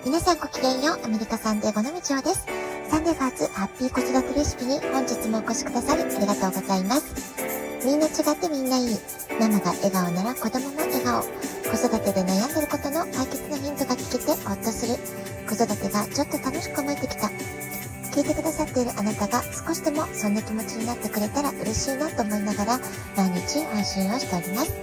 皆さんごきげんよう。アメリカサンデー5の道夫です。サンデーファーツハッピー子育てレシピに本日もお越しくださりありがとうございます。みんな違ってみんないい。ママが笑顔なら子供も笑顔。子育てで悩んでることの解決のヒントが聞けてほっとする。子育てがちょっと楽しく思えてきた。聞いてくださっているあなたが少しでもそんな気持ちになってくれたら嬉しいなと思いながら毎日配信をしております。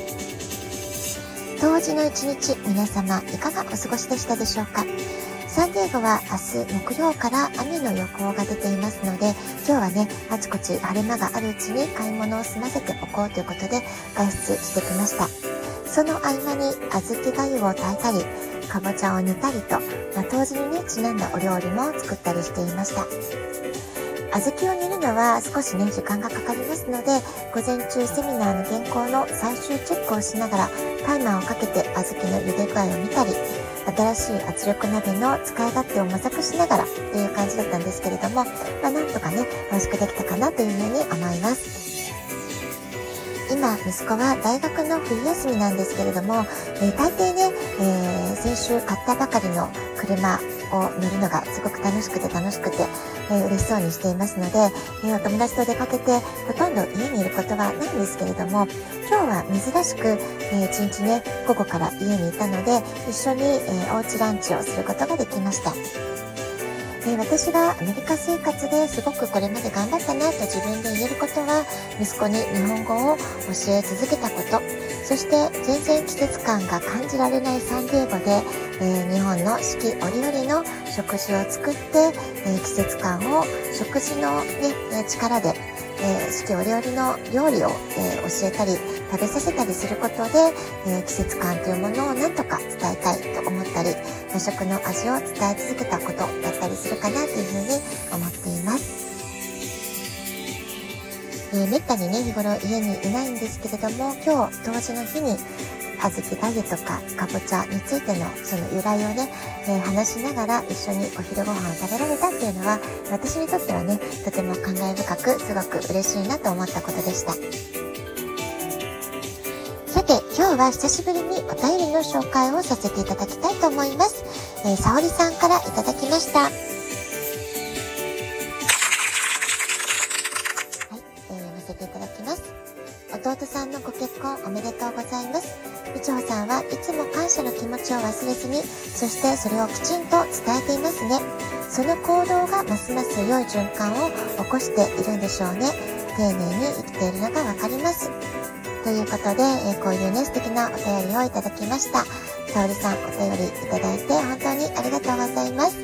冬至の一日、皆様いかがお過ごしでしたでしょうか。サンディエゴは明日木曜から雨の予報が出ていますので、今日はね、あちこち晴れ間があるうちに買い物を済ませておこうということで外出してきました。その合間に小豆がゆを炊いたり、かぼちゃを煮たりと、冬至にね、ちなんだお料理も作ったりしていました。小豆を煮るのは少しね、時間がかかりますので、午前中セミナーの原稿の最終チェックをしながら、タイマーをかけて小豆の茹で具合を見たり、新しい圧力鍋の使い勝手を模索しながらっていう感じだったんですけれども、なんとかね、美味しくできたかなというふうに思います。今、息子は大学の冬休みなんですけれども、大抵ね、先週買ったばかりの車を乗るのがすごく楽しくて、嬉しそうにしていますので、お友達と出かけてほとんど家にいることはないんですけれども、今日は珍しく、一日ね、午後から家にいたので、一緒に、おうちランチをすることができました。私がアメリカ生活ですごくこれまで頑張ったなと自分で言えることは、息子に日本語を教え続けたこと、そして全然季節感が感じられないサンディエゴで、日本の四季折々の食事を作って、季節感を食事の、ね、力で、四季折々の料理を、教えたり食べさせたりすることで、季節感というものを何とか伝えたいと思ったり、和食の味を伝え続けたことだったりするかなというふうに思っています。めったにね、日頃家にいないんですけれども、今日冬至の日に小豆がゆとかかぼちゃについてのその由来をね、話しながら一緒にお昼ご飯を食べられたっていうのは、私にとってはね、とても感慨深くすごく嬉しいなと思ったことでした。さて、今日は久しぶりにお便りの紹介をさせていただきたいと思います。さおりさんからいただきました。弟さんのご結婚おめでとうございます。みちほさんはいつも感謝の気持ちを忘れずに、そしてそれをきちんと伝えていますね。その行動がますます良い循環を起こしているんでしょうね。丁寧に生きているのがわかります。ということで、こういうね、素敵なお便りをいただきました。さおりさん、お便りいただいて本当にありがとうございます。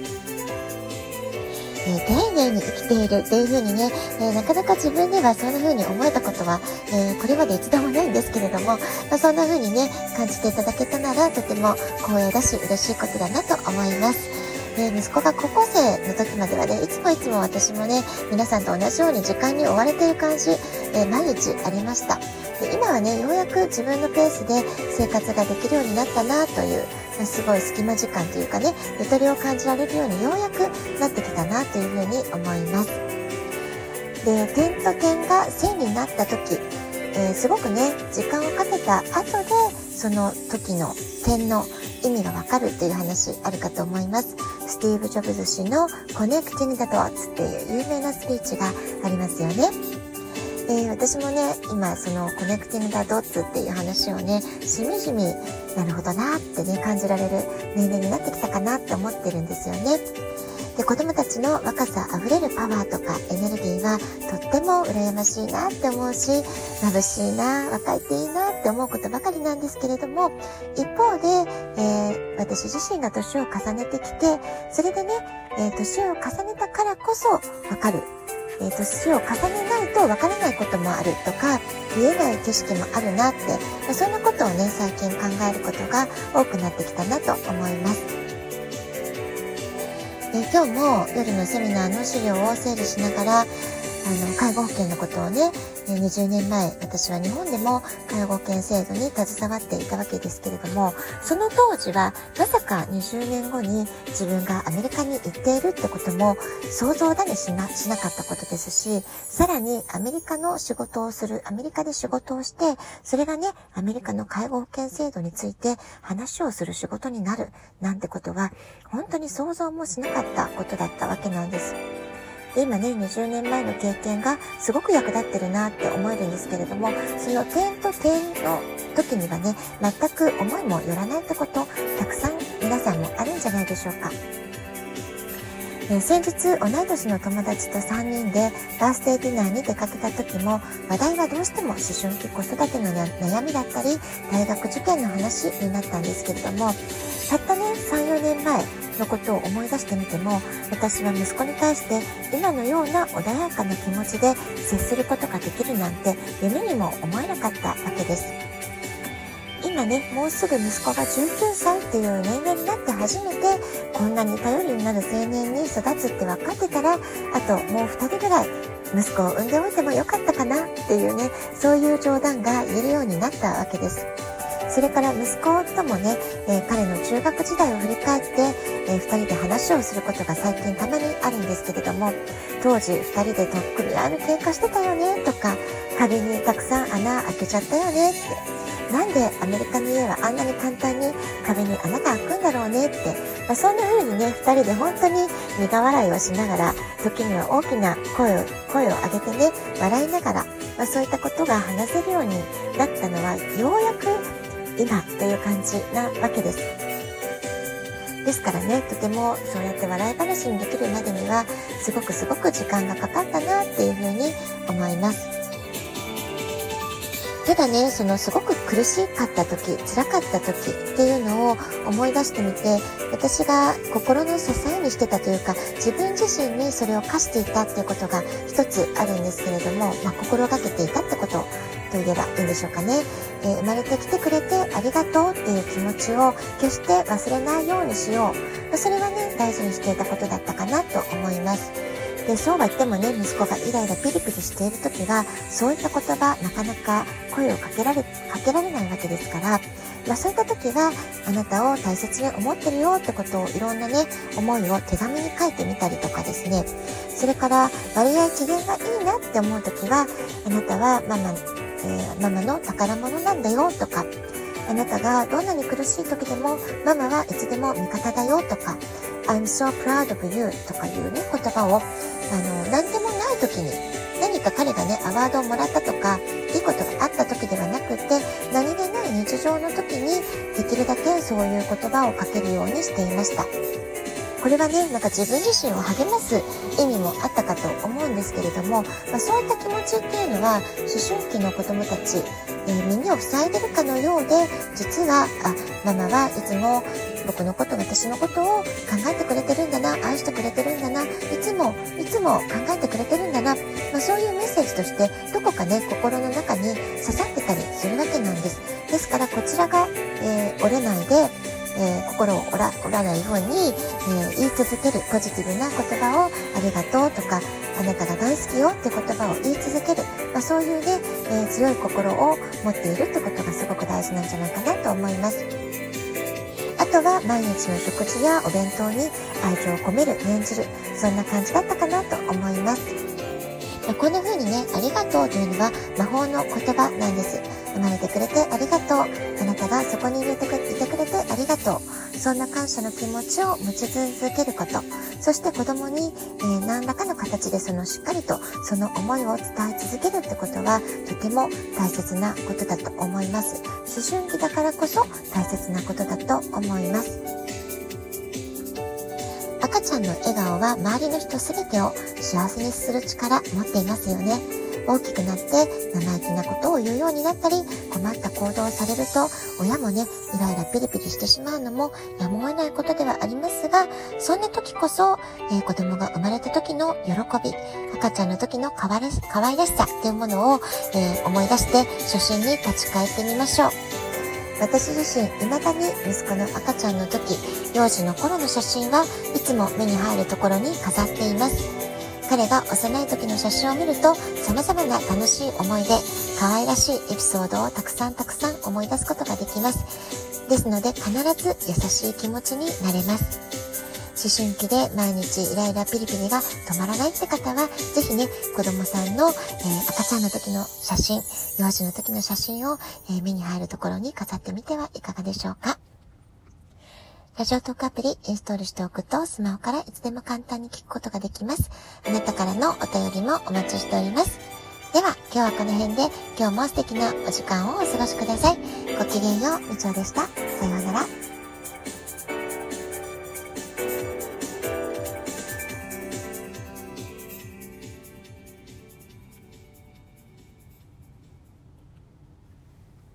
丁寧に生きているっていう風にね、なかなか自分ではそんな風に思えたことは、これまで一度もないんですけれども、そんな風にね、感じていただけたならとても光栄だし嬉しいことだなと思います。息子が高校生の時まではね、いつも私もね、皆さんと同じように時間に追われている感じ、毎日ありました。で、今はね、ようやく自分のペースで生活ができるようになったなという、すごい隙間時間というかね、ゆとりを感じられるようにようやくなってきたなというふうに思います。で、点と点が線になった時、すごくね、時間をかけた後でその時の点の意味がわかるっていう話あるかと思います。スティーブ・ジョブズ氏の Connecting the Dots っていう有名なスピーチがありますよね。私もね、今その Connecting the Dots っていう話をね、しみじみなるほどなってね、感じられる年齢になってきたかなって思ってるんですよね。で、子供たちの若さあふれるパワーとかエネルギーはとっても羨ましいなって思うし、眩しいな、若いっていいなって思うことばかりなんですけれども、一方で、私自身が年を重ねてきて、それでね、年を重ねたからこそわかる。年を重ねないとわからないこともあるとか、見えない景色もあるなって、そんなことをね、最近考えることが多くなってきたなと思います。今日も夜のセミナーの資料を整理しながら、介護保険のことをね、 20年前、私は日本でも介護保険制度に携わっていたわけですけれども、その当時はまさか20年後に自分がアメリカに行っているってことも想像だにしなかったことですし、さらにアメリカの仕事をする、アメリカで仕事をして、それがね、アメリカの介護保険制度について話をする仕事になるなんてことは本当に想像もしなかったことだったわけなんです。で、今ね、20年前の経験がすごく役立ってるなって思えるんですけれども、その点と点の時にはね、全く思いもよらないってこと、たくさん皆さんもあるんじゃないでしょうか。先日、同い年の友達と3人でバースデーディナーに出かけた時も、話題はどうしても思春期子育ての悩みだったり、大学受験の話になったんですけれども、たったね、3、4年前のことを思い出してみても、私は息子に対して今のような穏やかな気持ちで接することができるなんて夢にも思えなかったわけです。今ね、もうすぐ息子が19歳っていう年齢になって初めてこんなに頼りになる青年に育つって分かってたら、あともう2人ぐらい息子を産んでおいてもよかったかなっていうね、そういう冗談が言えるようになったわけです。それから息子ともね、彼の中学時代を振り返って、2人で話をすることが最近たまにあるんですけれども、当時2人でとっくに喧嘩してたよねとか、壁にたくさん穴開けちゃったよねって、なんでアメリカの家はあんなに簡単に壁に穴が開くんだろうねって、そんな風にね、2人で本当に苦笑いをしながら、時には大きな声を上げてね、笑いながら、そういったことが話せるようになったのはようやく今という感じなわけです。ですからね、とてもそうやって笑い話にできるまでにはすごく時間がかかったなっていうふうに思います。ただね、そのすごく苦しかった時、辛かった時っていうのを思い出してみて、私が心の支えにしてたというか、自分自身にそれを課していたっていうことが一つあるんですけれども、心がけていたってことと言えばいいんでしょうかね。生まれてきてくれてありがとうっていう気持ちを決して忘れないようにしよう。それはね、大事にしていたことだったかなと思います。で、そうは言ってもね、息子がイライラピリピリしている時は、そういった言葉、なかなか声をかけられないわけですから、そういった時は、あなたを大切に思ってるよってことを、いろんなね、思いを手紙に書いてみたりとかですね。それから、割合機嫌がいいなって思う時は、あなたはママの宝物なんだよとか、あなたがどんなに苦しい時でもママはいつでも味方だよとか、I'm so proud of you とかいうね、言葉を何でもない時に、何か彼がね、アワードをもらったとか、いいことがあった時ではなくて、何気ない日常の時にできるだけそういう言葉をかけるようにしていました。これはね、自分自身を励ます意味もあったかと思うんですけれども、そういった気持ちっていうのは、思春期の子供たち、耳を塞いでるかのようで、実は、ママはいつも僕のこと、私のことを考えてくれてるんだな、愛してくれてるんだな、いつも考えてくれてるんだな、そういうメッセージとして、どこかね、心の中に刺さってたりするわけなんです。ですから、こちらが、折れないで、心を折らないように、言い続けるポジティブな言葉をありがとうとか、あなたが大好きよって言葉を言い続ける、そういうね、強い心を持っているってことがすごく大事なんじゃないかなと思います。あとは毎日の食事やお弁当に愛情を込める、念じる、そんな感じだったかなと思います。こんな風にね、ありがとうというのは魔法の言葉なんです。生まれてくれてありがとう。あなたがそこにいてくれてありがとう。そんな感謝の気持ちを持ち続けること。そして子供に、何らかの形でしっかりとその思いを伝え続けるってことはとても大切なことだと思います。思春期だからこそ大切なことだと思います。赤ちゃんの笑顔は周りの人すべてを幸せにする力持っていますよね。大きくなって生意気なことを言うようになったり、困った行動をされると親もね、イライラピリピリしてしまうのもやむを得ないことではありますが、そんな時こそ、子供が生まれた時の喜び、赤ちゃんの時の可愛らしさというものを、思い出して初心に立ち返ってみましょう。私自身、未だに息子の赤ちゃんの時、幼児の頃の写真はいつも目に入るところに飾っています。 彼が幼い時の写真を見ると様々な楽しい思い出、可愛らしいエピソードをたくさん思い出すことができます。ですので必ず優しい気持ちになれます。思春期で毎日イライラピリピリが止まらないって方は、ぜひね、子供さんの、赤ちゃんの時の写真、幼児の時の写真を、目に入るところに飾ってみてはいかがでしょうか。ラジオトークアプリインストールしておくと、スマホからいつでも簡単に聞くことができます。あなたからのお便りもお待ちしております。では、今日はこの辺で、今日も素敵なお時間をお過ごしください。ごきげんよう、みちおでした。さようなら。